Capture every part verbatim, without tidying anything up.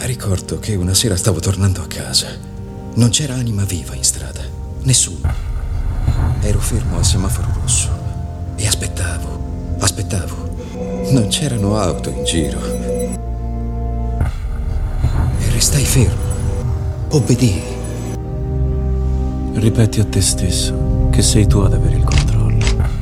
Ricordo che una sera stavo tornando a casa. Non c'era anima viva in strada. Nessuno. Ero fermo al semaforo rosso e aspettavo, aspettavo. Non c'erano auto in giro. E restai fermo. Obbedii. Ripeti a te stesso che sei tu ad avere il controllo.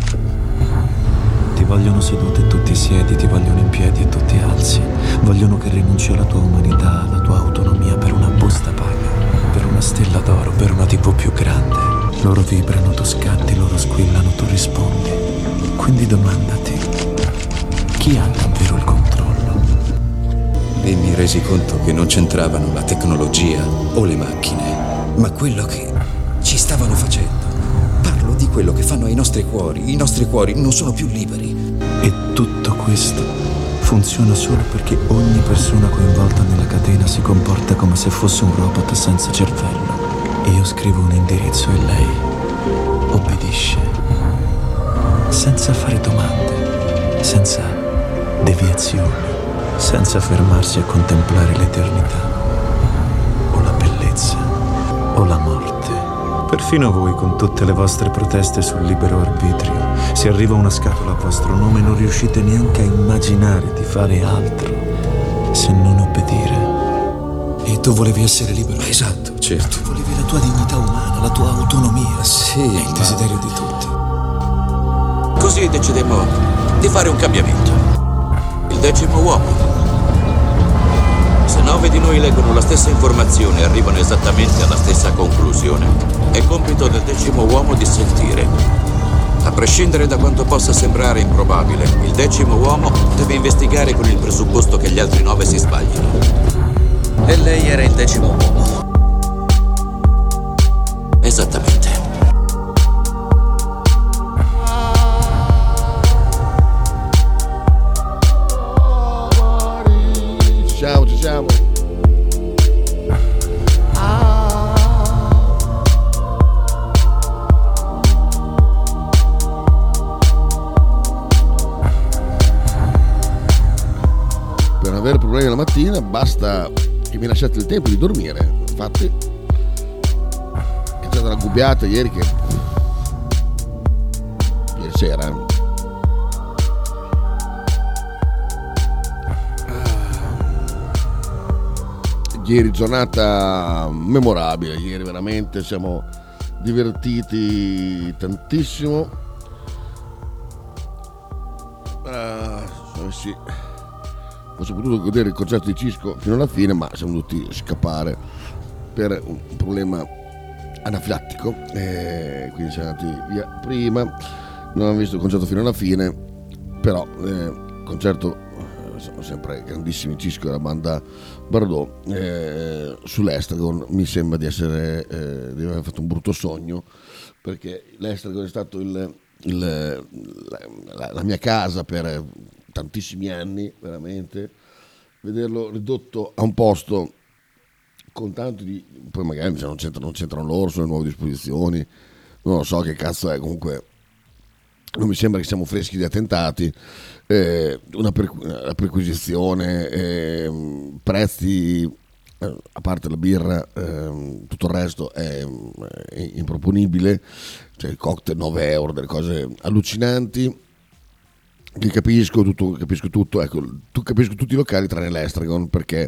Ti vogliono seduto e tu ti siedi, ti vogliono in piedi e tu ti alzi. Vogliono che rinunci alla tua umanità, alla tua autonomia per una busta paga, per una stella d'oro, per una tivù più grande. Loro vibrano, tu scatti, loro squillano, tu rispondi. Quindi domandati, chi ha davvero il controllo? E mi resi conto che non c'entravano la tecnologia o le macchine, ma quello che ci stavano facendo. Parlo di quello che fanno ai nostri cuori. I nostri cuori non sono più liberi. E tutto questo funziona solo perché ogni persona coinvolta nella catena si comporta come se fosse un robot senza cervello. Io scrivo un indirizzo e lei obbedisce, senza fare domande, senza deviazioni, senza fermarsi a contemplare l'eternità, o la bellezza, o la morte. Perfino voi, con tutte le vostre proteste sul libero arbitrio, se arriva una scatola a vostro nome non riuscite neanche a immaginare di fare altro se non obbedire. E tu volevi essere libero? Esatto, certo. Tu volevi la tua dignità umana, la tua autonomia. Sì, è il desiderio di tutti. Così decidemmo di fare un cambiamento. Il decimo uomo. Se nove di noi leggono la stessa informazione e arrivano esattamente alla stessa conclusione, è compito del decimo uomo di sentire. A prescindere da quanto possa sembrare improbabile, il decimo uomo deve investigare con il presupposto che gli altri nove si sbaglino. E lei era il decimo uomo. Esattamente. Ci siamo, ci siamo. Per avere problemi la mattina basta che mi lasciate il tempo di dormire. Infatti è stata una gubbiata ieri che ieri sera ieri giornata memorabile, ieri veramente siamo divertiti tantissimo. Uh, sì. Ho potuto godere il concerto di Cisco fino alla fine, ma siamo dovuti scappare per un problema anafilattico, e quindi siamo andati via prima. Non abbiamo visto il concerto fino alla fine, però eh, concerto eh, sono sempre grandissimi Cisco e la banda Bardot. Eh, sull'Estragon mi sembra di essere eh, di aver fatto un brutto sogno, perché l'Estragon è stato il, il, la, la, la mia casa per tantissimi anni, veramente. Vederlo ridotto a un posto con tanto di, poi magari non c'entrano, non c'entrano loro, sono nuove disposizioni, non lo so che cazzo è, comunque non mi sembra che siamo freschi di attentati. Eh, una, per, una perquisizione, eh, prezzi, eh, a parte la birra, eh, tutto il resto è, è improponibile, cioè il cocktail nove euro, delle cose allucinanti. Che capisco tutto, capisco tutto, ecco, tu capisco tutti i locali tranne l'Estragon, perché,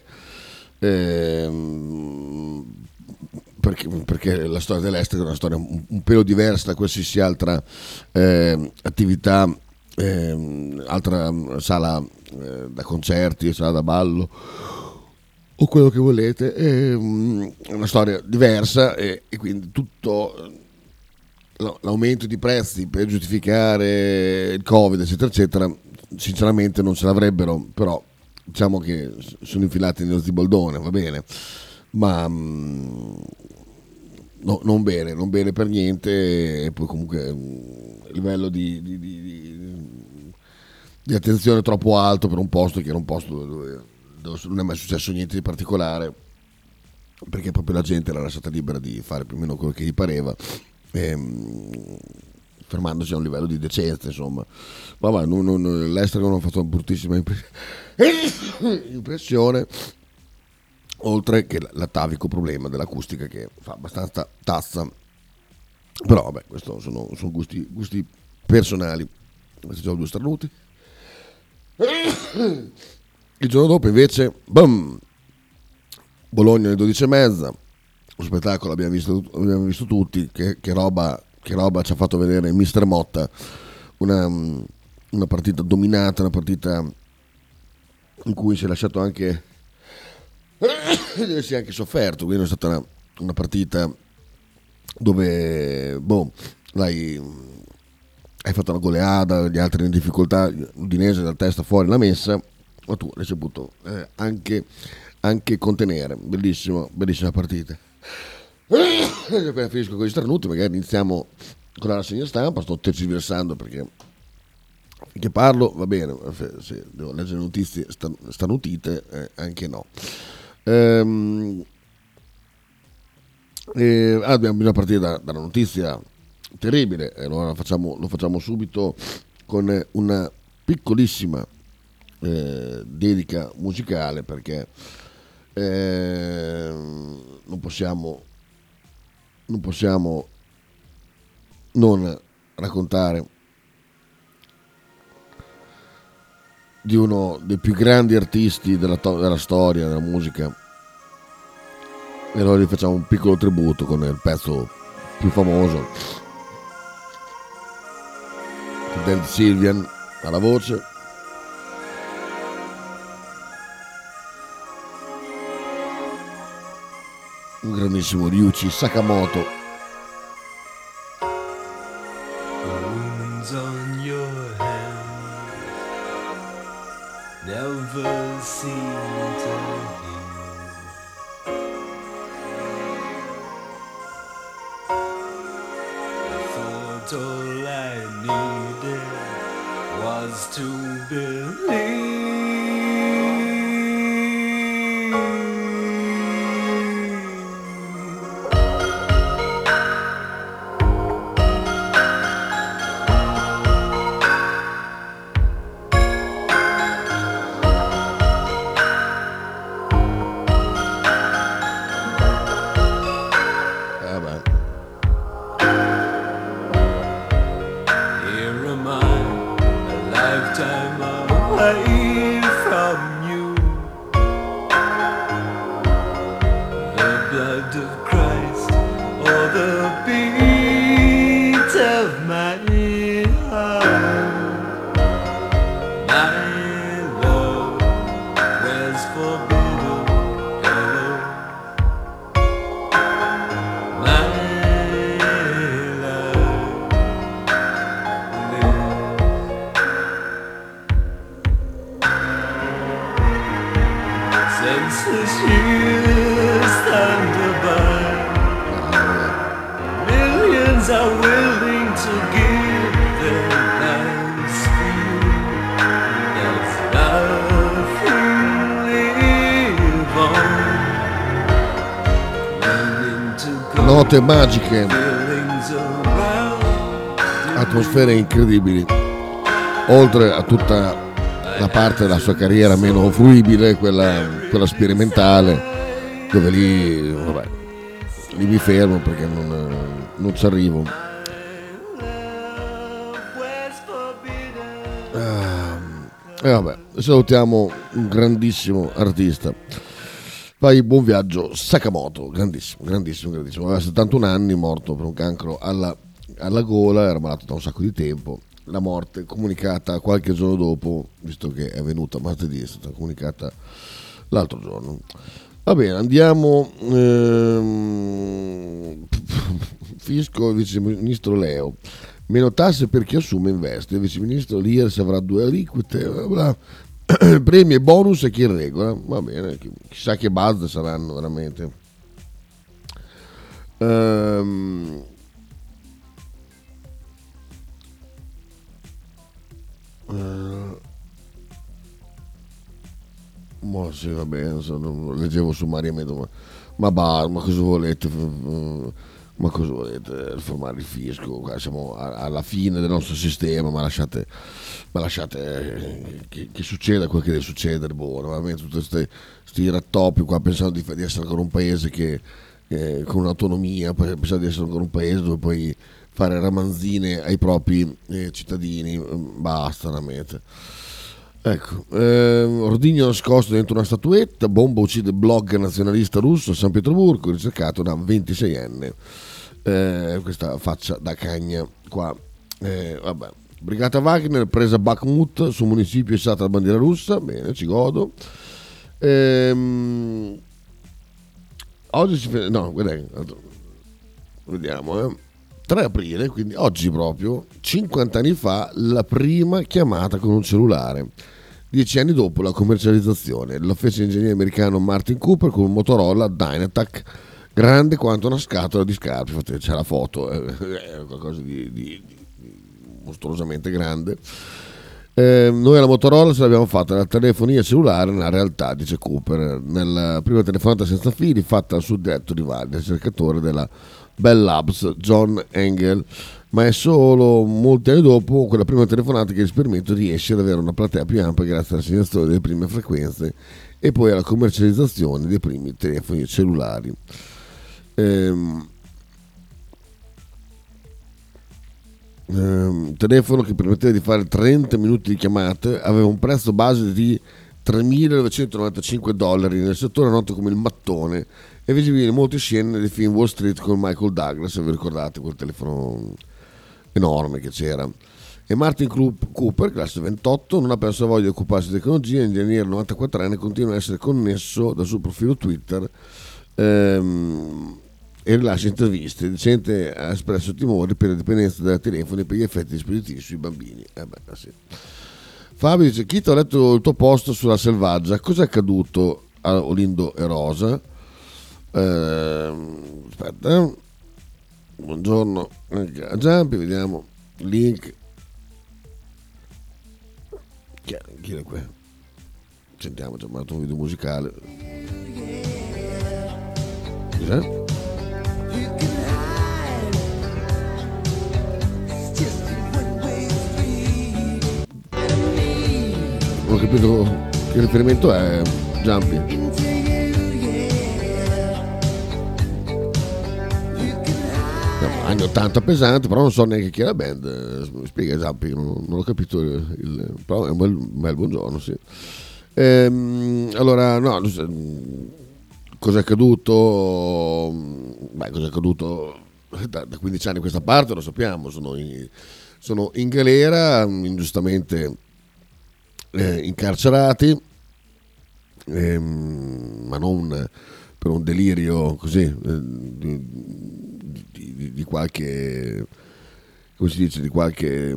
ehm, perché, perché la storia dell'Estragon è una storia un, un pelo diversa da qualsiasi altra eh, attività, eh, altra sala eh, da concerti, sala da ballo o quello che volete, è una storia diversa, e, e quindi tutto l'aumento di prezzi per giustificare il Covid eccetera eccetera sinceramente non ce l'avrebbero, però diciamo che sono infilati nello zibaldone, va bene, ma no, non bene, non bene per niente. E poi comunque il livello di, di, di, di, di attenzione troppo alto per un posto che era un posto dove, dove non è mai successo niente di particolare, perché proprio la gente era lasciata libera di fare più o meno quello che gli pareva, ehm, fermandosi a un livello di decenza, insomma. Vabbè, non, non, l'Estragon ha fatto una bruttissima impre- impressione, oltre che l'atavico problema dell'acustica che fa abbastanza tazza, però vabbè, questo sono, sono gusti, gusti personali. Questi sono due starnuti. Il giorno dopo invece boom, Bologna alle dodici e mezza, lo spettacolo abbiamo visto, abbiamo visto tutti, che, che, roba, che roba ci ha fatto vedere mister Motta, una, una partita dominata, una partita in cui si è lasciato anche si è anche sofferto, quindi è stata una, una partita dove boh, dai, hai fatto una goleada, gli altri in difficoltà, l'Udinese dal testa fuori la messa, ma tu hai saputo eh, anche, anche contenere. Bellissimo, bellissima partita. Appena finisco con gli starnuti, magari iniziamo con la rassegna stampa. Sto tergiversando perché finché parlo va bene, se devo leggere notizie starnutite eh, anche no. Ehm, eh, abbiamo bisogno di partire da, dalla notizia terribile, e allora facciamo, lo facciamo subito con una piccolissima eh, dedica musicale, perché eh, non possiamo non possiamo non raccontare di uno dei più grandi artisti della, to- della storia della musica, e allora gli facciamo un piccolo tributo con il pezzo più famoso, David Sylvian alla voce, un grandissimo Ryuichi Sakamoto. Wounds on your hands never seem to heal. I thought all I needed was to believe. Note magiche, atmosfere incredibili, oltre a tutta la parte della sua carriera meno fruibile, quella, quella sperimentale, dove lì, vabbè, lì mi fermo perché non, non ci arrivo. Ah, e vabbè, salutiamo un grandissimo artista. Vai, buon viaggio Sakamoto, grandissimo, grandissimo, grandissimo. Aveva settantuno anni, morto per un cancro alla, alla gola, era malato da un sacco di tempo. La morte comunicata qualche giorno dopo, visto che è venuta martedì, è stata comunicata l'altro giorno. Va bene, andiamo. Ehm, fisco, vice ministro Leo. Meno tasse per chi assume e investe. Il vice ministro l'I R S avrà due aliquote. Bla bla. Premi e bonus e chi in regola, va bene, chissà che buzz saranno veramente. Ehm, eh, ma sì, va bene, lo leggevo summariamente, ma, ma, bah, ma cosa volete? Ma cosa volete? Riformare il fisco? Qua siamo alla fine del nostro sistema, ma lasciate, ma lasciate eh, che, che succeda quel che deve succedere, boh, veramente tutti questi rattoppi qua pensando di, di essere ancora un paese che eh, con un'autonomia, pensando di essere ancora un paese dove puoi fare ramanzine ai propri eh, cittadini, basta veramente. Ecco, eh, ordigno nascosto dentro una statuetta, bomba uccide blogger nazionalista russo a San Pietroburgo, ricercato da ventiseienne. Eh, questa faccia da cagna qua. Eh, vabbè. Brigata Wagner presa Bakhmut, su municipio è stata la bandiera russa, bene, ci godo. Ehm, oggi si fa, no, guardate, vediamo, eh. tre aprile, quindi oggi proprio, cinquanta anni fa, la prima chiamata con un cellulare. Dieci anni dopo la commercializzazione, lo fece l'ingegnere americano Martin Cooper con un Motorola Dynatac grande quanto una scatola di scarpe. Infatti c'è la foto, è qualcosa di, di, di mostruosamente grande. Eh, noi alla Motorola ce l'abbiamo fatta la telefonia cellulare nella realtà, dice Cooper, nella prima telefonata senza fili fatta al suddetto rivale, ricercatore della Bell Labs, John Engel, ma è solo molti anni dopo quella prima telefonata che l'esperimento riesce ad avere una platea più ampia grazie all'assegnazione delle prime frequenze e poi alla commercializzazione dei primi telefoni cellulari. Ehm, ehm, telefono che permetteva di fare trenta minuti di chiamate, aveva un prezzo base di tremilanovecentonovantacinque dollari, nel settore noto come il mattone, è visibile in molte scene del film Wall Street con Michael Douglas, se vi ricordate quel telefono enorme che c'era. E Martin Cooper, classe ventotto, non ha perso la voglia di occuparsi di tecnologia, ingegnere novantaquattrenne, continua a essere connesso dal suo profilo Twitter ehm, e rilascia interviste. Recente ha espresso timori per la dipendenza dai telefoni e per gli effetti dispositivi sui bambini. Eh beh, sì. Fabio dice: Chito, ho letto il tuo post sulla Selvaggia, cosa è accaduto a Olindo e Rosa? Eh, aspetta, eh. Buongiorno a Giampi, vediamo link. Chi è, chi è qui? Sentiamo, ci ha mandato un video musicale. Cos'è? Non ho capito che riferimento è, Giampi. Anni ottanta pesante, però non so neanche chi è la band. Spiega Zampi, non, non ho capito il, il, però è un bel, un bel buongiorno, sì. Ehm, allora, no, cosa è accaduto? Beh, cosa è accaduto da, da quindici anni a questa parte lo sappiamo, sono in, sono in galera, ingiustamente eh, incarcerati, ehm, ma non per un delirio così eh, di, di, di qualche, come si dice, di qualche,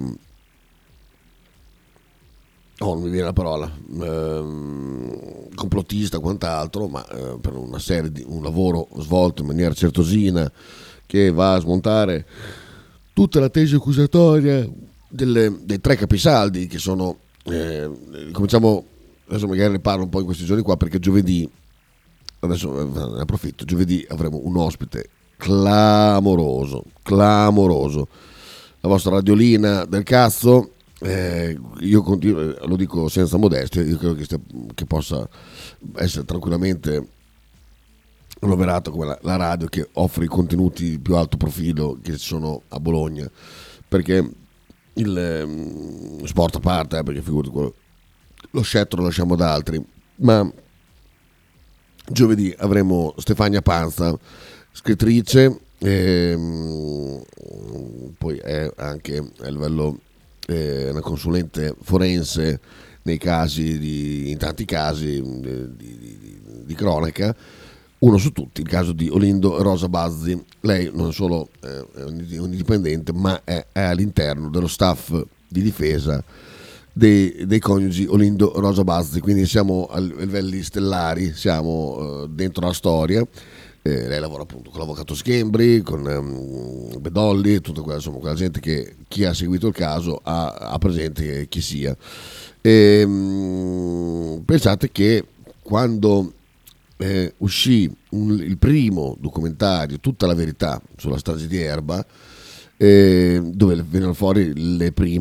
oh non mi viene la parola, eh, complottista o quant'altro, ma eh, per una serie di un lavoro svolto in maniera certosina che va a smontare tutta la tesi accusatoria delle, dei tre capisaldi che sono eh, cominciamo adesso magari ne parlo un po' in questi giorni qua perché giovedì adesso ne approfitto, giovedì avremo un ospite clamoroso, clamoroso, la vostra radiolina del cazzo, eh, io continuo, lo dico senza modestia, io credo che, stia, che possa essere tranquillamente annoverata come la, la radio che offre i contenuti di più alto profilo che ci sono a Bologna, perché il eh, sport a parte, eh, perché figurati quello, lo scettro lo lasciamo da altri, ma giovedì avremo Stefania Panza, scrittrice, ehm, poi è anche a livello eh, una consulente forense nei casi di, in tanti casi di, di, di, di cronaca, uno su tutti, il caso di Olindo Rosa Bazzi. Lei non solo eh, è un indipendente, ma è, è all'interno dello staff di difesa dei, dei coniugi Olindo Rosa Bazzi, quindi siamo a livelli stellari, siamo uh, dentro la storia. Eh, lei lavora appunto con l'avvocato Schembri, con um, Bedolli, tutta quella, insomma, quella gente che chi ha seguito il caso ha, ha presente chi sia. E, um, pensate che quando eh, uscì un, il primo documentario, Tutta la verità sulla strage di Erba, eh, dove vennero fuori le prime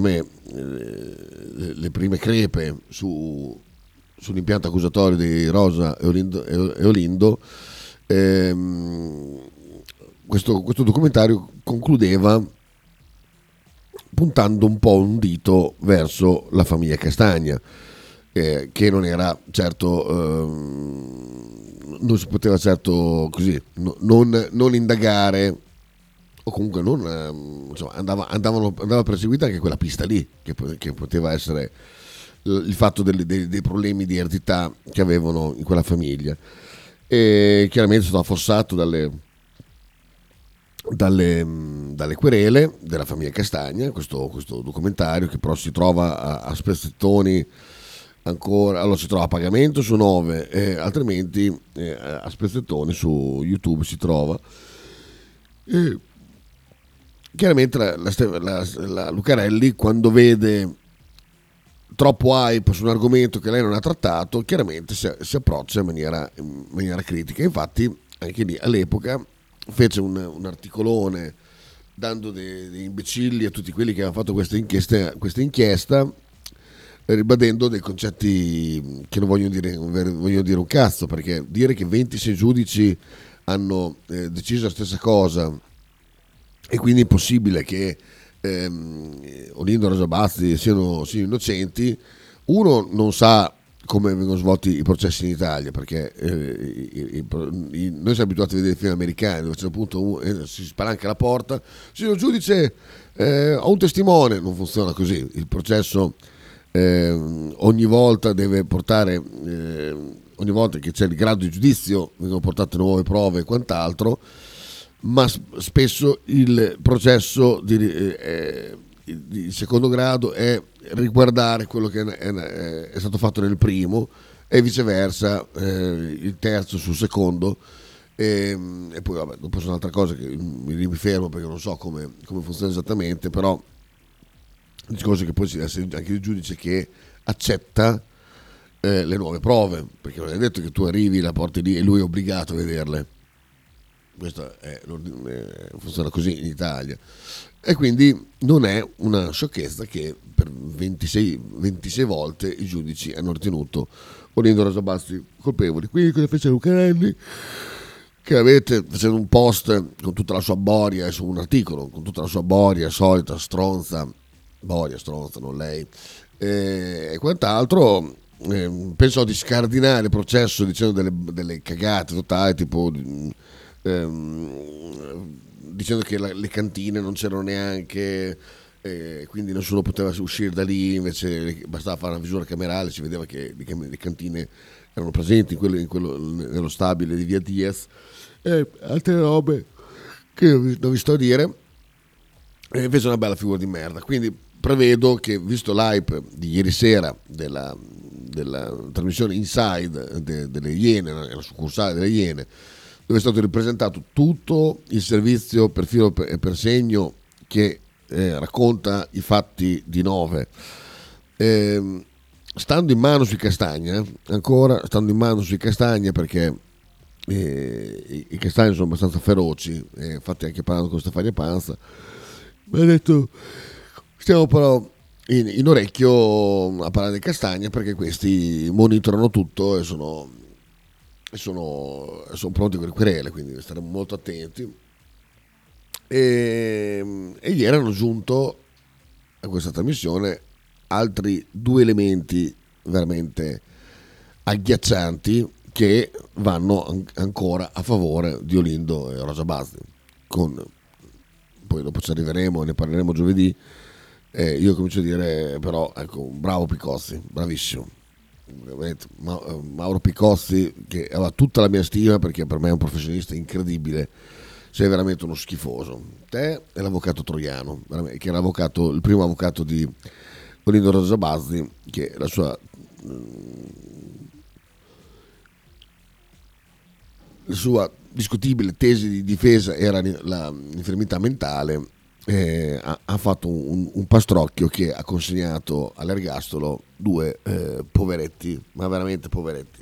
le, le prime crepe su, sull'impianto accusatorio di Rosa e Olindo, e Olindo ehm, questo, questo documentario concludeva puntando un po' un dito verso la famiglia Castagna, eh, che non era certo ehm, non si poteva certo così no, non, non indagare, o comunque non ehm, insomma, andava, andavano, andava perseguita anche quella pista lì, che, che poteva essere il fatto dei, dei, dei problemi di eredità che avevano in quella famiglia, e chiaramente è stato affossato dalle, dalle, dalle querele della famiglia Castagna questo, questo documentario, che però si trova a, a spezzettoni ancora, allora si trova a pagamento su Nove, eh, altrimenti eh, a spezzettoni su YouTube si trova. E chiaramente la, la, la, la Lucarelli, quando vede troppo hype su un argomento che lei non ha trattato, chiaramente si, si approccia in maniera, in maniera critica. Infatti anche lì all'epoca fece un, un articolone dando dei, dei imbecilli a tutti quelli che avevano fatto questa inchiesta, questa inchiesta ribadendo dei concetti che non vogliono dire, vogliono dire un cazzo, perché dire che ventisei giudici hanno eh, deciso la stessa cosa e quindi è impossibile che ehm, Olindo e Rosa Bazzi siano, siano innocenti, uno non sa come vengono svolti i processi in Italia, perché eh, i, i, i, noi siamo abituati a vedere film americani dove c'è appunto un, eh, si spalanca la porta, signor giudice eh, ho un testimone, non funziona così, il processo eh, ogni volta deve portare eh, ogni volta che c'è il grado di giudizio vengono portate nuove prove e quant'altro, ma spesso il processo di, eh, di secondo grado è riguardare quello che è, è, è stato fatto nel primo e viceversa eh, il terzo sul secondo, e, e poi vabbè, dopo sono altre cose che mi, mi fermo perché non so come, come funziona esattamente, però il discorso è che poi si deve essere anche il giudice che accetta eh, le nuove prove, perché non è detto che tu arrivi, la porti lì e lui è obbligato a vederle. Questo è, funziona così in Italia, e quindi non è una sciocchezza che per ventisei, ventisei volte i giudici hanno ritenuto Olindo e Rosa Bazzi colpevoli. Quindi cosa fece Lucarelli? Che avete facendo un post con tutta la sua boria, su un articolo con tutta la sua boria solita, stronza, boria stronza, non lei, e, e quant'altro, eh, pensò di scardinare il processo dicendo delle, delle cagate totali, tipo Ehm, dicendo che la, le cantine non c'erano neanche, eh, quindi nessuno poteva uscire da lì, invece bastava fare una visura camerale, si vedeva che le, le cantine erano presenti in quello, in quello, nello stabile di via Diaz, e altre robe che non vi sto a dire, e fece una bella figura di merda. Quindi prevedo che, visto l'hype di ieri sera della, della trasmissione Inside de, delle Iene, la succursale delle Iene, dove è stato ripresentato tutto il servizio per filo e per segno che eh, racconta i fatti di Nove, eh, stando in mano sui Castagna, ancora stando in mano sui Castagna, perché eh, i, i Castagni sono abbastanza feroci, eh, infatti anche parlando con Stefania Panza mi ha detto stiamo però in, in orecchio a parlare dei Castagna, perché questi monitorano tutto e sono Sono, sono pronti con le querele, quindi staremo molto attenti. E, e ieri hanno aggiunto a questa trasmissione altri due elementi veramente agghiaccianti che vanno an- ancora a favore di Olindo e Rosa Bazzi. Con, poi dopo ci arriveremo e ne parleremo giovedì. Eh, io comincio a dire però, ecco, bravo Picozzi, bravissimo. Mauro Picozzi, che aveva tutta la mia stima perché per me è un professionista incredibile, sei veramente uno schifoso. Te e l'avvocato Troiano, che era avvocato, il primo avvocato di Olindo Rosa Bazzi, che la sua la sua discutibile tesi di difesa era l'infermità mentale. Eh, ha, ha fatto un, un pastrocchio che ha consegnato all'ergastolo due eh, poveretti, ma veramente poveretti,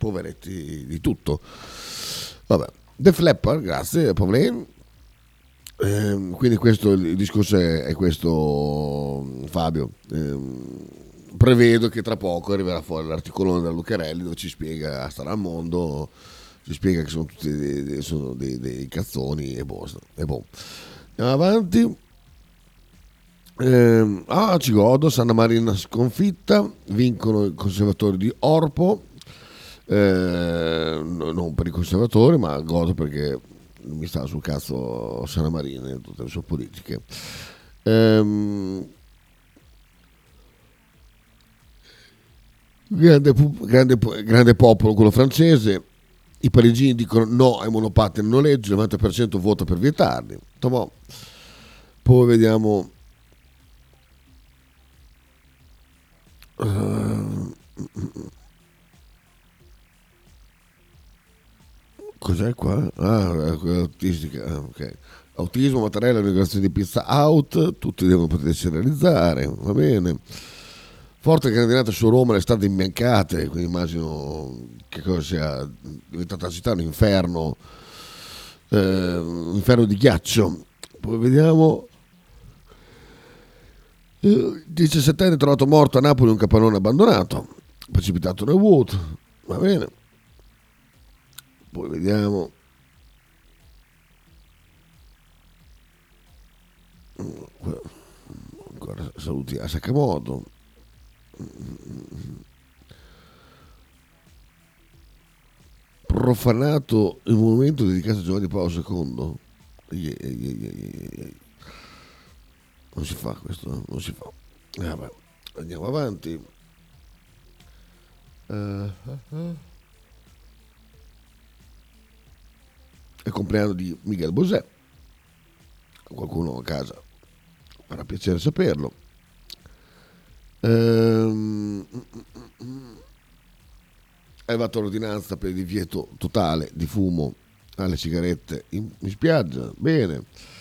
poveretti di tutto. Vabbè, Def Leppard, grazie Pauline. Eh, quindi questo il discorso è, è questo, Fabio. Eh, prevedo che tra poco arriverà fuori l'articolone da Lucarelli dove ci spiega Stare al mondo, ci spiega che sono tutti dei, dei, sono dei, dei cazzoni e boh, e boh. Andiamo avanti. Eh, ah, ci godo. Sanna Marina sconfitta, vincono i conservatori di Orpo. Eh, no, non per i conservatori, ma godo perché mi sta sul cazzo Sanna Marina e tutte le sue politiche. Ehm, grande, grande, grande popolo quello francese. I parigini dicono no ai monopattini a noleggio, il novanta per cento vota per vietarli. Tomò. Poi vediamo uh, cos'è qua? Ah, autistica, ah, ok. Autismo, Mattarella, inaugurazione di Pizza Out, tutti devono potersi realizzare, va bene. Forte grandinata su Roma, le strade imbiancate, quindi immagino che cosa sia diventata la città un inferno, eh, un inferno di ghiaccio. Poi vediamo. Eh, diciassettenne trovato morto a Napoli un capannone abbandonato, precipitato nel vuoto, va bene. Poi vediamo. Ancora saluti a Sakamoto. Profanato il monumento dedicato a Giovanni Paolo secondo. Yeah, yeah, yeah, yeah, yeah. Non si fa questo, non si fa. Eh, vabbè. Andiamo avanti. Uh, uh, uh. È il compleanno di Miguel Bosé. Qualcuno a casa farà piacere saperlo. Ehm, è arrivata l'ordinanza per il divieto totale di fumo alle sigarette in, in spiaggia. Bene.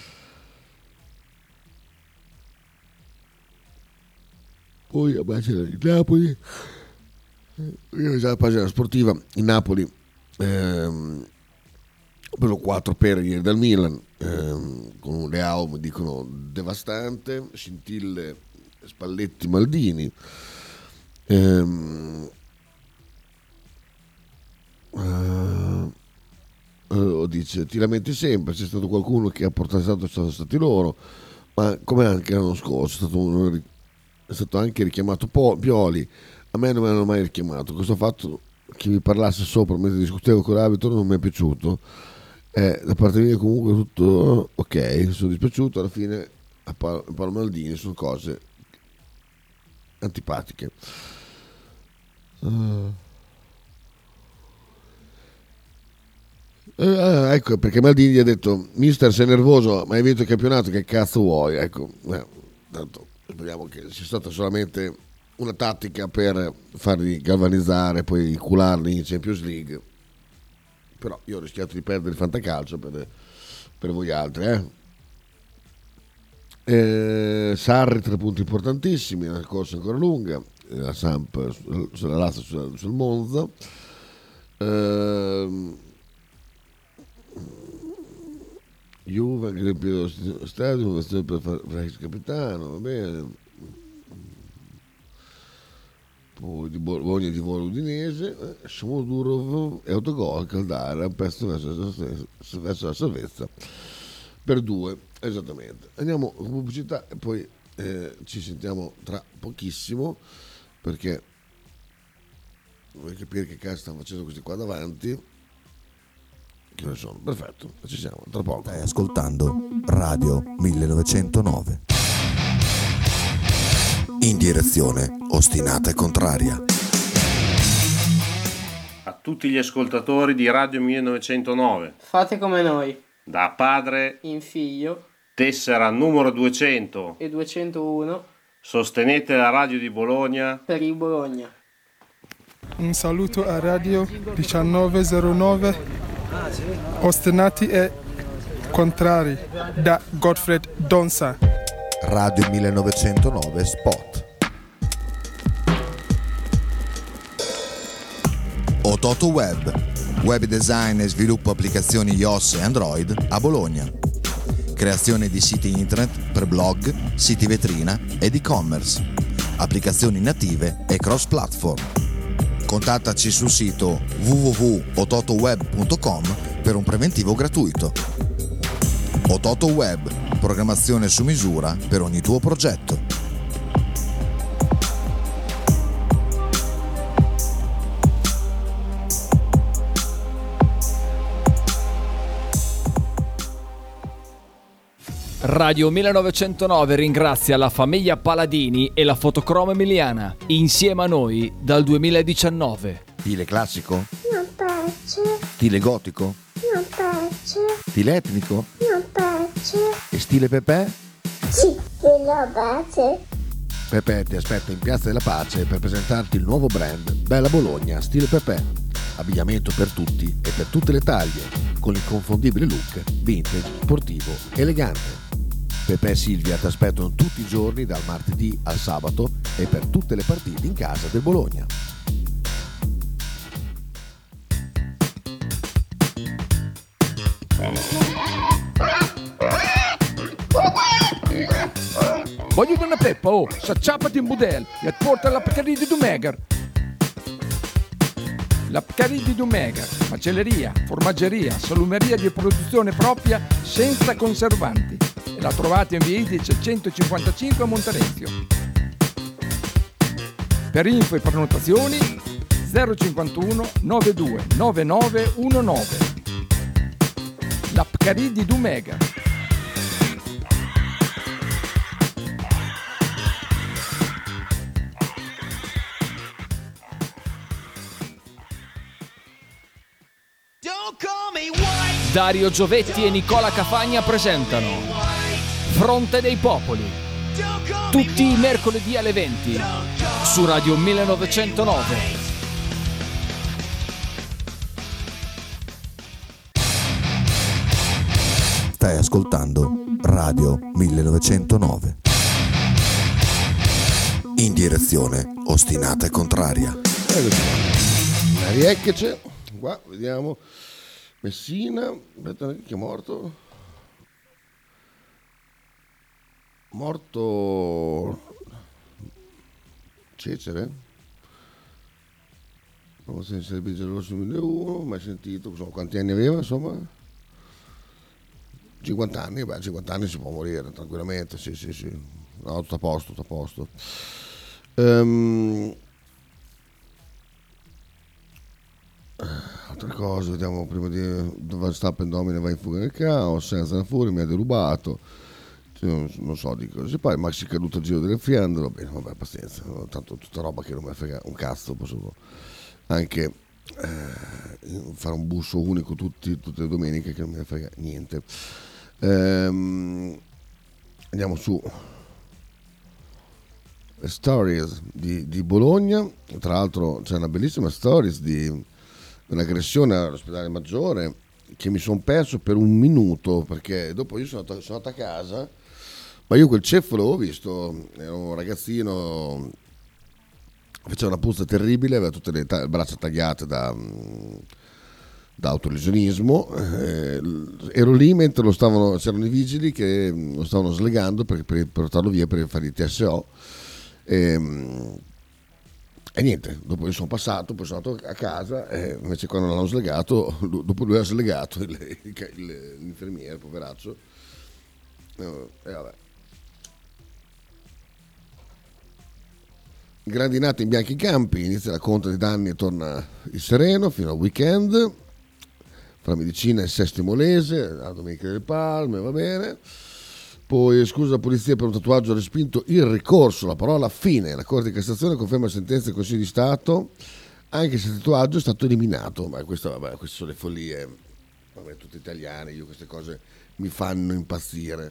Poi a pagina di Napoli, io già la pagina sportiva, in Napoli ehm, ho preso quattro pere ieri dal Milan, ehm, con un Leao, mi dicono, devastante, scintille, Spalletti, Maldini. Ehm, uh, uh, dice, ti lamenti sempre, c'è stato qualcuno che ha portato, sono stati loro, ma come anche l'anno scorso, è stato, un, è stato anche richiamato Pioli, a me non mi hanno mai richiamato, questo fatto che mi parlasse sopra mentre discutevo con l'arbitro non mi è piaciuto. Eh, da parte mia comunque tutto ok, sono dispiaciuto, alla fine a Paolo Maldini sono cose antipatiche. Uh. Eh, ecco perché Maldini gli ha detto: mister, sei nervoso, ma hai vinto il campionato, che cazzo vuoi? Ecco, eh, tanto speriamo che sia stata solamente una tattica per farli galvanizzare, poi cularli in Champions League. Però io ho rischiato di perdere il fantacalcio per, per voi altri. Eh? Eh, Sarri, tre punti importantissimi, una corsa ancora lunga, la Samp sulla Lazio, sul, sul Monza. Eh, Juve, che riempie lo stadio, per fare il capitano, va bene. Poi di Bologna di Volo Udinese, Shomodurov e autogol, Caldara, un pezzo verso, verso la salvezza per due, esattamente. Andiamo con pubblicità e poi eh, ci sentiamo tra pochissimo, perché vuoi capire che cazzo stanno facendo questi qua davanti. Che ne sono? Perfetto, ci siamo, tra poco. Stai ascoltando Radio millenovecentonove. In direzione ostinata e contraria. A tutti gli ascoltatori di Radio millenovecentonove. Fate come noi. Da padre in figlio. Tessera numero duecento e duecentouno. Sostenete la radio di Bologna. Per il Bologna. Un saluto a Radio millenovecentodiciannove Ostinati e contrari da Gottfried Donza. Radio millenovecentonove Spot. Ototo Web, web design e sviluppo applicazioni iOS e Android a Bologna. Creazione di siti internet per blog, siti vetrina ed e-commerce, applicazioni native e cross-platform. Contattaci sul sito w w w punto ototoweb punto com per un preventivo gratuito. Ototo Web, programmazione su misura per ogni tuo progetto. Radio millenovecentonove ringrazia la famiglia Paladini e la Fotocromo Emiliana, insieme a noi dal duemiladiciannove. Stile classico? Non piace. Stile gotico? Non piace. Stile etnico? Non piace. E stile Pepe? Sì, quello piace. Pepe ti aspetta in Piazza della Pace per presentarti il nuovo brand Bella Bologna Stile Pepe. Abbigliamento per tutti e per tutte le taglie, con l'inconfondibile look vintage, sportivo, elegante. Pepe e Silvia ti aspettano tutti i giorni dal martedì al sabato e per tutte le partite in casa del Bologna. Voglio una peppa, oh, s'acciappati in budel e porta la Pcaridi di Dumegar. La Pcaridi di Dumegar, macelleria, formaggeria, salumeria di produzione propria senza conservanti. E la trovate in via Idice centocinquantacinque a Monterezio. Per info e prenotazioni zero cinquantuno novantadue novantanove diciannove. La Pcaridi di Dumegar. Dario Giovetti e Nicola Cafagna presentano Fronte dei Popoli, tutti i mercoledì alle venti su Radio millenovecentonove. Stai ascoltando Radio millenovecentonove. In direzione ostinata e contraria. La riecchece, qua vediamo. Messina, aspetta, chi è morto? Morto Cecere? Promozione di Servizio Geloso duemilauno, mai sentito, insomma, quanti anni aveva, insomma? cinquanta anni, beh, cinquanta anni si può morire tranquillamente, sì, sì, sì. No, tutto a posto, tutto a posto. Um, Altre cose, vediamo prima di Verstappen domina, va in fuga nel caos, senza la furia, mi ha derubato, non, non so di cosa. Poi Maxi è caduto al giro delle Fiandre, va bene, vabbè, pazienza, tanto tutta roba che non mi frega un cazzo, posso anche eh, fare un busso unico tutti, tutte le domeniche che non mi frega niente. Ehm, andiamo su le stories di, di Bologna, tra l'altro c'è una bellissima stories di un'aggressione all'ospedale Maggiore che mi sono perso per un minuto, perché dopo io sono andato, sono andato a casa, ma io quel ceffo l'avevo visto, ero un ragazzino, faceva una puzza terribile, aveva tutte le ta- braccia tagliate da, da autolesionismo, eh, ero lì mentre lo stavano, c'erano i vigili che lo stavano slegando per, per portarlo via per fare il T S O. E, E niente, dopo io sono passato, poi sono andato a casa e invece quando l'hanno slegato, dopo lui ha slegato il, il, il, l'infermiere, poveraccio. E vabbè. Grandinata in bianchi campi, inizia la conta dei danni e torna il sereno fino al weekend. Fra medicina e Sesto Imolese, la domenica delle Palme, va bene. Poi scusa la polizia per un tatuaggio, ha respinto il ricorso, la parola fine. La Corte di Cassazione conferma la sentenza del Consiglio di Stato, anche se il tatuaggio è stato eliminato. Ma questo, vabbè, queste sono le follie, vabbè, tutte italiane, io queste cose mi fanno impazzire.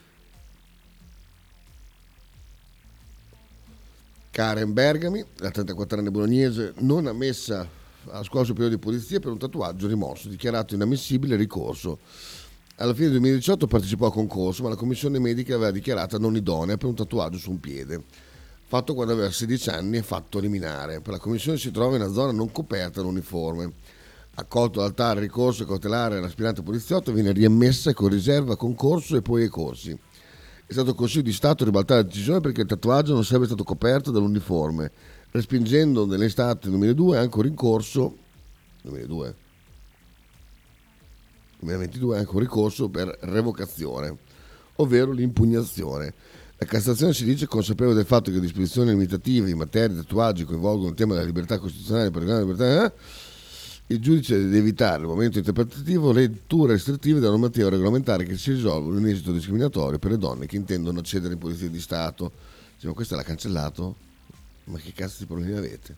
Karen Bergami, la trentaquattrenne bolognese, non ammessa alla scuola superiore di polizia per un tatuaggio rimosso, dichiarato inammissibile ricorso. Alla fine del duemiladiciotto partecipò al concorso, ma la commissione medica aveva dichiarata non idonea per un tatuaggio su un piede, fatto quando aveva sedici anni e fatto eliminare. Per la commissione si trova in una zona non coperta dall'uniforme. accolto all'altare ricorso cautelare all'aspirante poliziotto, viene riammessa con riserva, concorso e poi ai corsi. È stato il Consiglio di Stato a ribaltare la decisione perché il tatuaggio non sarebbe stato coperto dall'uniforme, respingendo nell'estate duemiladue anche un ricorso duemiladue duemilaventidue anche un ricorso per revocazione, ovvero l'impugnazione. La Cassazione si dice consapevole del fatto che le disposizioni limitative in materia di tatuaggi coinvolgono il tema della libertà costituzionale per la libertà, eh? Il giudice deve evitare nel momento interpretativo le letture restrittive della normativa regolamentare che si risolvono in esito discriminatorio per le donne che intendono accedere in polizia di Stato. Cioè, ma questo l'ha cancellato? Ma che cazzo di problemi avete?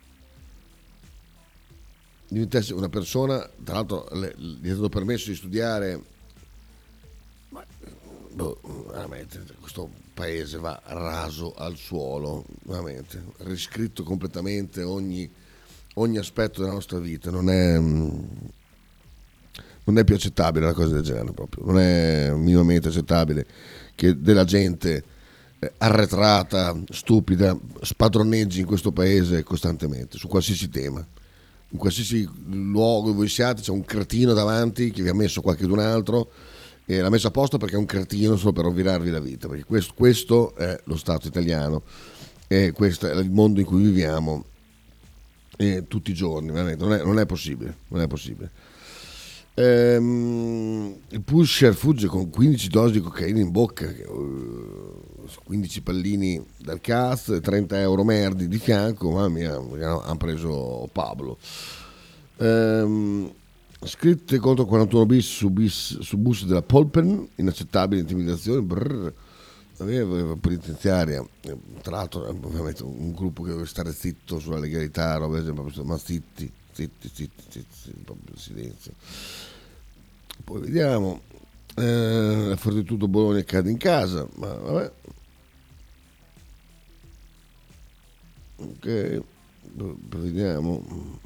Diventasse una persona, tra l'altro le, gli è stato permesso di studiare, ma boh, veramente questo paese va raso al suolo, veramente, riscritto completamente ogni, ogni aspetto della nostra vita, non è, non è più accettabile una cosa del genere proprio, non è minimamente accettabile che della gente arretrata, stupida, spadroneggi in questo paese costantemente, su qualsiasi tema. In qualsiasi luogo dove voi siate c'è un cretino davanti che vi ha messo qualcun altro e l'ha messo a posto perché è un cretino solo per rovinarvi la vita, perché questo, questo è lo Stato italiano e questo è il mondo in cui viviamo e tutti i giorni, veramente non è, non è possibile, non è possibile. Ehm, il pusher fugge con quindici dosi di cocaina in bocca, quindici pallini dal cazzo e trenta euro merdi di fianco, mamma mia, hanno preso Pablo. Ehm, scritte contro quarantuno bis su, bis su bus della Polpen, inaccettabile intimidazione, brrr, aveva penitenziaria, tra l'altro ovviamente un gruppo che deve stare zitto sulla legalità, roba, ma zitti, zitti, zitti, zitti, zitti, proprio silenzio. Poi vediamo, eh, la Fortitudo Bologna cade in casa, ma vabbè. Ok, vediamo.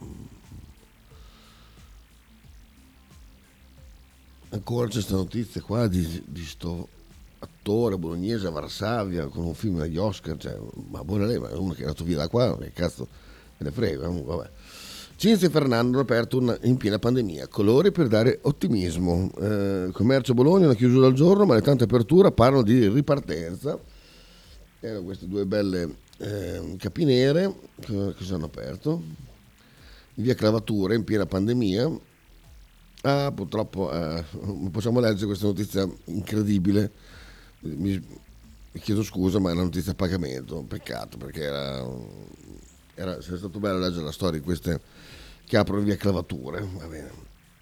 Ancora c'è questa notizia qua di, di sto attore bolognese a Varsavia con un film agli Oscar, cioè, ma buona lei, ma è uno che è andato via da qua, che cazzo me ne frega, vabbè. Cinzia e Fernando hanno aperto una, in piena pandemia, colori per dare ottimismo. Eh, commercio Bologna, una chiusura al giorno, ma le tante aperture parlano di ripartenza. Erano queste due belle eh, capinere che, che si hanno aperto. In via Clavatura, in piena pandemia. Ah, purtroppo eh, possiamo leggere questa notizia incredibile. Mi, mi chiedo scusa, ma è una notizia a pagamento. Peccato, perché era... Era, sarebbe stato bello leggere la storia di queste che aprono via Clavature, va bene.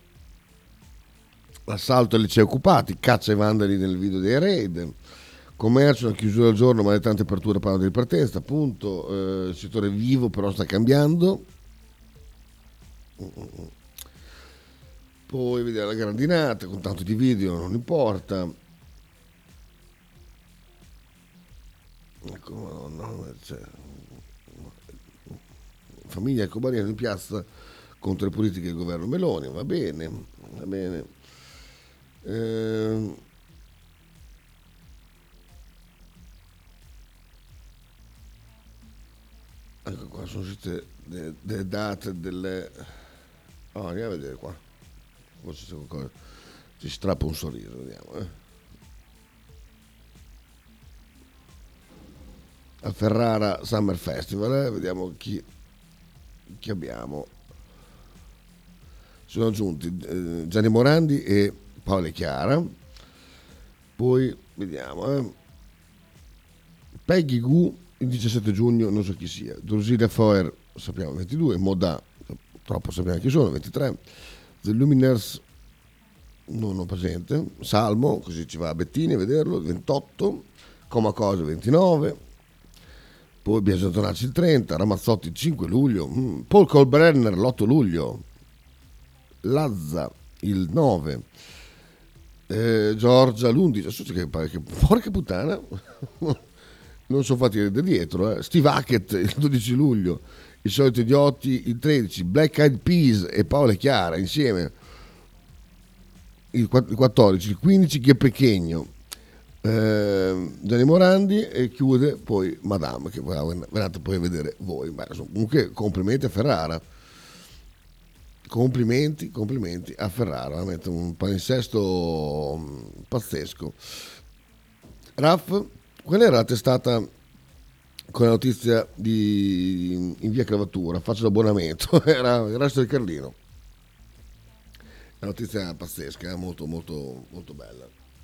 L'assalto ai licei occupati, caccia ai vandali nel video dei raid, commercio, una chiusura al giorno ma le tante aperture parlano di ripartenza, appunto, eh, il settore vivo però sta cambiando. Poi vedere la grandinata con tanto di video, non importa. Ecco, madonna, cioè... Famiglia ecobariana in piazza contro le politiche del governo Meloni, va bene, va bene. Eh, ecco qua, sono uscite delle, delle date delle... Oh, andiamo a vedere qua, forse c'è qualcosa, ci strappa un sorriso, vediamo. Eh. Al Ferrara Summer Festival, eh, vediamo chi... che abbiamo. Sono aggiunti eh, Gianni Morandi e Paola Chiara. Poi vediamo eh. Peggy Gu il diciassette giugno, non so chi sia. Drusilla Foer sappiamo ventidue, Modà troppo sappiamo chi sono, ventitré. The Luminers non ho presente. Salmo, così ci va a Bettini a vederlo, ventotto. Coma Cosa ventinove. Poi Biagio Tonacci il trenta, Ramazzotti il cinque luglio, mm, Paul Colbrenner l'otto luglio, Lazza il nove, eh, Giorgia l'undici, adesso che, che porca puttana, non sono fatti da dietro, eh. Steve Hackett il dodici luglio, I Soliti Idioti il tredici, Black Eyed Peas e Paola Chiara insieme, il quattordici, il quindici Che Pechegno, Eh, Gianni Morandi e chiude poi Madame che verrete poi a vedere voi. Beh, comunque complimenti a Ferrara, complimenti, complimenti a Ferrara, veramente un palinsesto pazzesco. Raff, qual era la testata con la notizia di in via Cravatura? Faccio l'abbonamento, era il resto del Carlino. La notizia pazzesca, molto molto molto bella.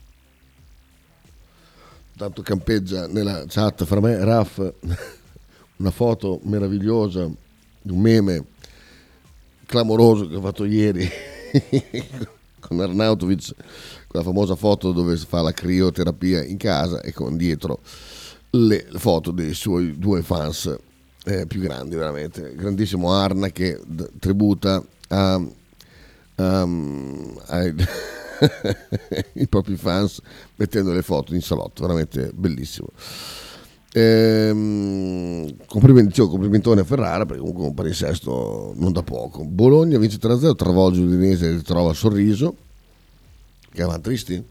Tanto campeggia nella chat fra me e Raff una foto meravigliosa di un meme clamoroso che ho fatto ieri con Arnautovic, quella famosa foto dove si fa la crioterapia in casa e con dietro le foto dei suoi due fans eh, più grandi, veramente grandissimo Arna che d- tributa a, um, ai i propri fans mettendo le foto in salotto, veramente bellissimo. Ehm, complimenti, complimentone a Ferrara perché comunque un palinsesto non da poco. Bologna vince tre a zero, travolge l'Udinese e ritrova il sorriso. Che avanti tristi?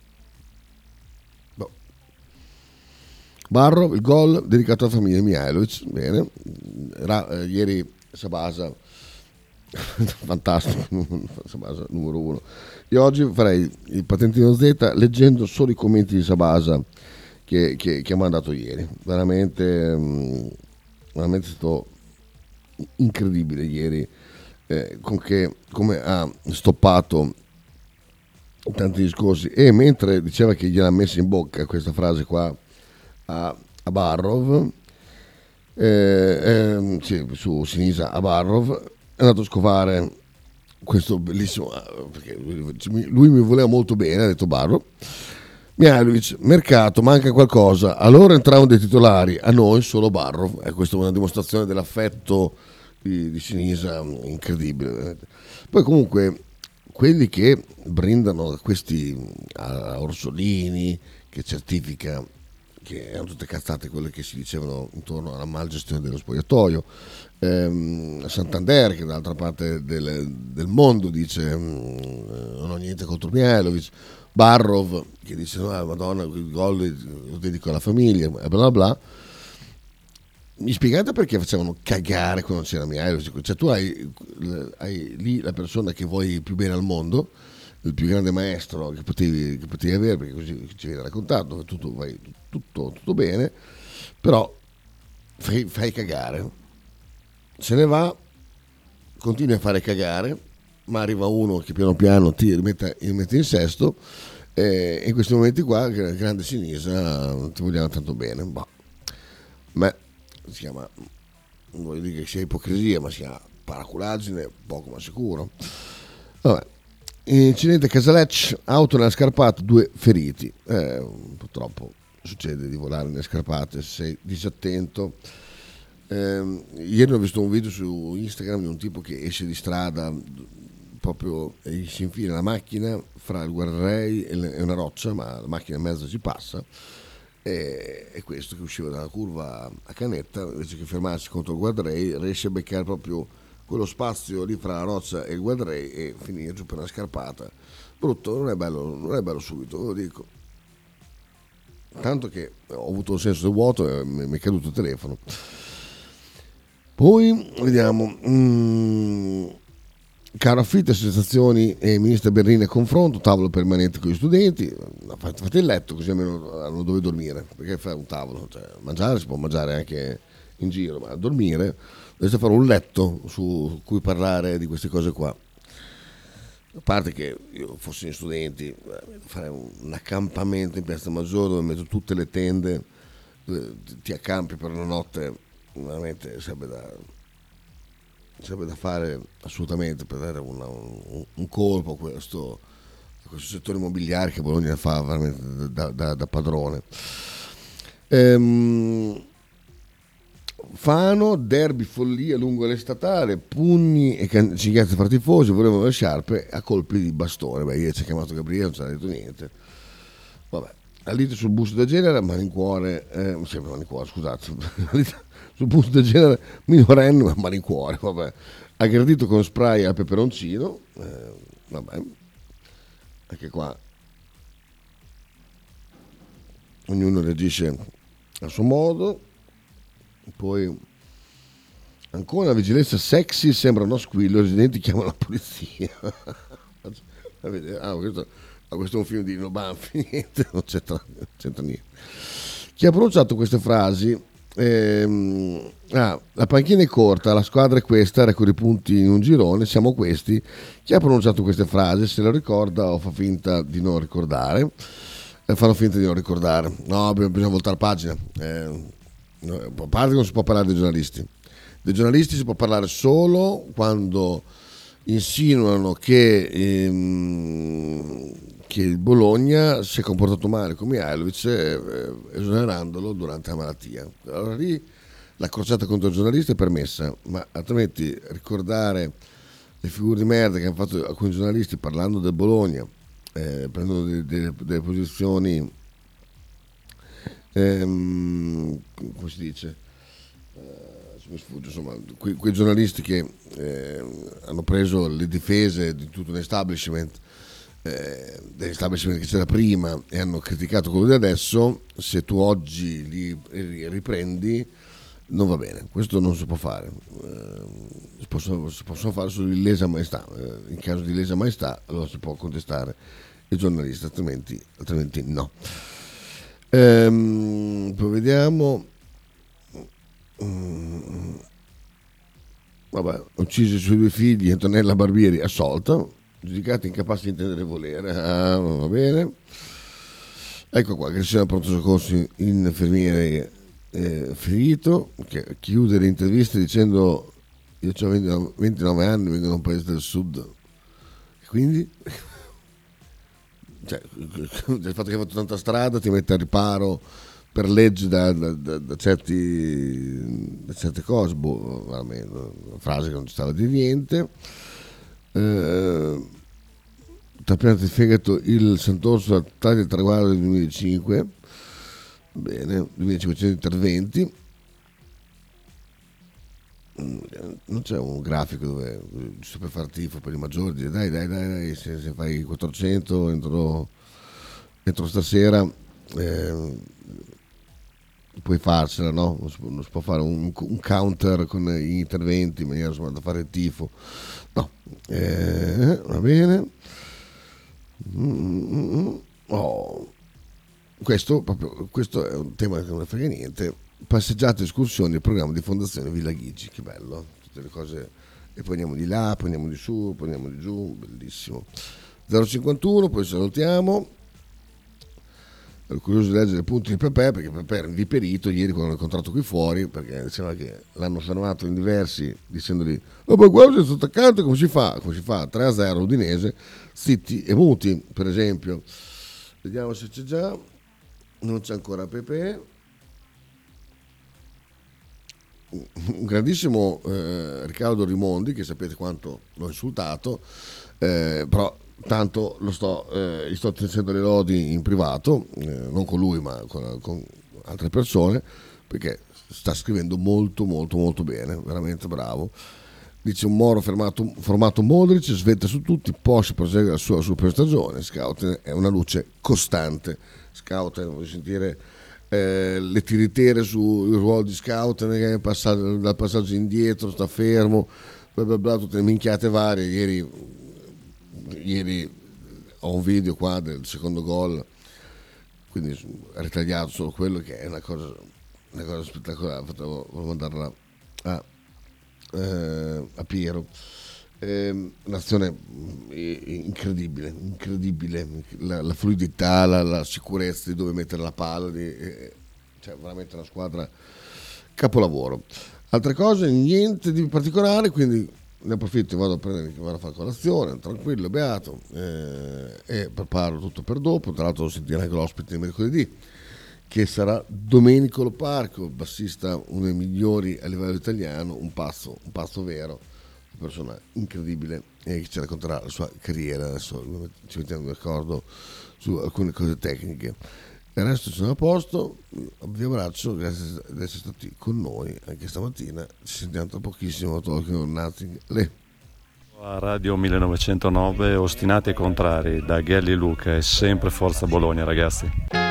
Boh. Barro, il gol dedicato alla famiglia Mihajlovic, bene. Ra, eh, ieri Sabasa fantastico, Sabasa numero uno. Io oggi farei il patentino Z leggendo solo i commenti di Sabasa che, che, che ha mandato ieri, veramente veramente è stato incredibile ieri eh, con che come ha stoppato tanti discorsi. E mentre diceva che gliel'ha messa in bocca questa frase qua a, a Barrov eh, eh, sì, su Sinisa a Barrov è andato a scovare questo bellissimo, perché lui mi voleva molto bene, ha detto Barro. Mihajlovic, mercato, manca qualcosa, allora entravano dei titolari, a noi solo Barro. E questa è una dimostrazione dell'affetto di, di Sinisa incredibile. Poi comunque quelli che brindano a questi a Orsolini, che certifica che erano tutte cazzate quelle che si dicevano intorno alla malgestione dello spogliatoio, ehm, Santander che dall'altra parte del, del mondo dice mh, non ho niente contro Mihajlovic, Barrov che dice no, madonna il gol lo dedico alla famiglia e bla bla bla. Mi spiegate perché facevano cagare quando c'era Mihajlovic? Cioè tu hai, hai lì la persona che vuoi più bene al mondo, il più grande maestro che potevi, che potevi avere, perché così ci viene raccontato, tutto, vai, tutto, tutto bene, però fai, fai cagare, se ne va, continui a fare cagare, ma arriva uno che piano piano ti rimette, rimette in sesto, e in questi momenti qua, grande Sinisa, ti vogliamo tanto bene. Bah. Ma si chiama, non voglio dire che sia ipocrisia, ma si chiama paraculaggine, poco ma sicuro. Vabbè. Incidente Casalecce, auto nella scarpata, due feriti. Eh, purtroppo succede di volare nelle scarpate, sei disattento. Eh, ieri ho visto un video su Instagram di un tipo che esce di strada proprio e si infila la macchina fra il guardrail e una roccia, ma la macchina in mezzo ci passa. E, e questo che usciva dalla curva a canetta, invece che fermarsi contro il guardrail, riesce a beccare proprio quello spazio lì fra la roccia e il guardrail e finire giù per una scarpata. Brutto, non è bello, non è bello subito, ve lo dico. Tanto che ho avuto il senso del vuoto e mi è caduto il telefono. Poi vediamo. Mm, caro affitte, sensazioni e ministra Berlini a confronto, tavolo permanente con gli studenti. Fate il letto così almeno hanno dove dormire. Perché fare un tavolo? Cioè, mangiare si può mangiare anche in giro, ma dormire dovreste fare un letto su cui parlare di queste cose qua. A parte che io fossi in studenti, farei un accampamento in Piazza Maggiore dove metto tutte le tende, ti accampi per una notte, veramente sarebbe da, sarebbe da fare assolutamente per dare una, un, un colpo a questo, a questo settore immobiliare che Bologna fa veramente da, da, da padrone. Ehm, Fano, derby follia lungo l'estatale, pugni e can- cinghiate fra tifosi, volevano le sciarpe a colpi di bastone. Beh, ieri ci ha chiamato Gabriele, non ci ha detto niente. Vabbè, la lite sul bus da Genere, malincuore, eh, sempre malincuore, scusate, sul bus da Genere, minorenne, ma malincuore, vabbè. Aggredito con spray al peperoncino, eh, vabbè, anche qua ognuno reagisce a suo modo. Poi Ancora una vigilanza sexy, sembra uno squillo, i residenti chiamano la polizia. Ah, questo, ah, questo è un film di Nino Banfi, niente, non c'entra, non c'entra niente. Chi ha pronunciato queste frasi? Ehm, ah, la panchina è corta, la squadra è questa, record i punti in un girone, siamo questi. Chi ha pronunciato queste frasi? Se lo ricorda o fa finta di non ricordare? Eh, fanno finta di non ricordare. No, bisogna voltare pagina. Eh, a parte che non si può parlare dei giornalisti. Dei giornalisti si può parlare solo quando insinuano che, ehm, che il Bologna si è comportato male come Mihajlovic, eh, esonerandolo durante la malattia. Allora lì la crociata contro il giornalista è permessa, ma altrimenti ricordare le figure di merda che hanno fatto alcuni giornalisti parlando del Bologna, eh, prendendo delle, delle, delle posizioni, ehm, come si dice? Mi sfugge, insomma, que- quei giornalisti che eh, hanno preso le difese di tutto un establishment, eh, dell'establishment che c'era prima, e hanno criticato quello di adesso. Se tu oggi li riprendi non va bene, questo non si può fare, eh, si, possono, si possono fare solo in lesa maestà, eh, in caso di lesa maestà allora si può contestare il giornalista, altrimenti, altrimenti no. Ehm, poi vediamo. Mm. Vabbè, uccise i suoi due figli, Antonella Barbieri assolta, giudicata incapace di intendere e volere. Ah, va bene. Ecco qua che sia pronto soccorso in infermiere eh, ferito, che chiude le interviste dicendo: io ho ventinove anni, vengo da un paese del sud, e quindi cioè, il fatto che hai fatto tanta strada ti mette a riparo per legge da, da, da, da, certi, da certe cose, boh, veramente, una frase che non ci stava di niente. Eh, Tappiato il fegato il Sant'Orso a taglia del traguardo del duemilacinque, bene, duemilacinquecento interventi. Non c'è un grafico dove giusto per far tifo per i maggiori, dire dai dai dai, dai se, se fai quattrocento entro, entro stasera eh, puoi farcela, no? Non si può, non si può fare un, un counter con gli interventi in maniera insomma, da fare il tifo, no, eh, va bene. Mm-hmm. Oh. Questo, proprio, questo è un tema che non ne frega niente. Passeggiate, escursioni, il programma di Fondazione Villa Ghigi, che bello, tutte le cose, e poi andiamo di là, poi andiamo di su, poi andiamo di giù, bellissimo. zero cinquantuno, poi salutiamo. Ero curioso di leggere i punti di Pepe, perché Pepe era inviperito ieri quando l'ho incontrato qui fuori, perché diceva che l'hanno fermato in diversi dicendogli: oh ma guarda questo attaccante come si fa? Come si fa? tre a zero Udinese, zitti e muti, per esempio. Vediamo se c'è già. Non c'è ancora Pepe. Un grandissimo eh, Riccardo Rimondi, che sapete quanto l'ho insultato, eh, però tanto lo sto, eh, gli sto facendo le lodi in privato, eh, non con lui ma con, con altre persone, perché sta scrivendo molto molto molto bene, veramente bravo. Dice: un Moro fermato, formato Modric, svetta su tutti, Porsche prosegue la sua super stagione, Scout è una luce costante. Scout, voglio sentire eh, le tiritere sul ruolo di Scout, che passaggio, dal passaggio indietro, sta fermo, bla bla bla, tutte le minchiate varie. Ieri, ieri ho un video qua del secondo gol, quindi ritagliato solo quello, che è una cosa, una cosa spettacolare. Volevo mandarla a, eh, a Piero. Eh, un'azione incredibile, incredibile, la, la fluidità, la, la sicurezza di dove mettere la palla, di, eh, cioè veramente una squadra capolavoro. Altre cose, niente di particolare, quindi ne approfitto e vado a prendere, vado a fare colazione, tranquillo, beato, eh, e preparo tutto per dopo. Tra l'altro sentirò anche l'ospite di mercoledì, che sarà Domenico Loparco, bassista, uno dei migliori a livello italiano, un pazzo, un pazzo vero, una persona incredibile, e che ci racconterà la sua carriera. Adesso ci mettiamo d'accordo su alcune cose tecniche. Il resto sono a posto, vi abbraccio, grazie di essere stati con noi anche stamattina. Ci sentiamo tra pochissimo a Tokyo Nothing Le. A Radio millenovecentonove, ostinati e contrari, da Gelli Luca, e sempre Forza Bologna, ragazzi.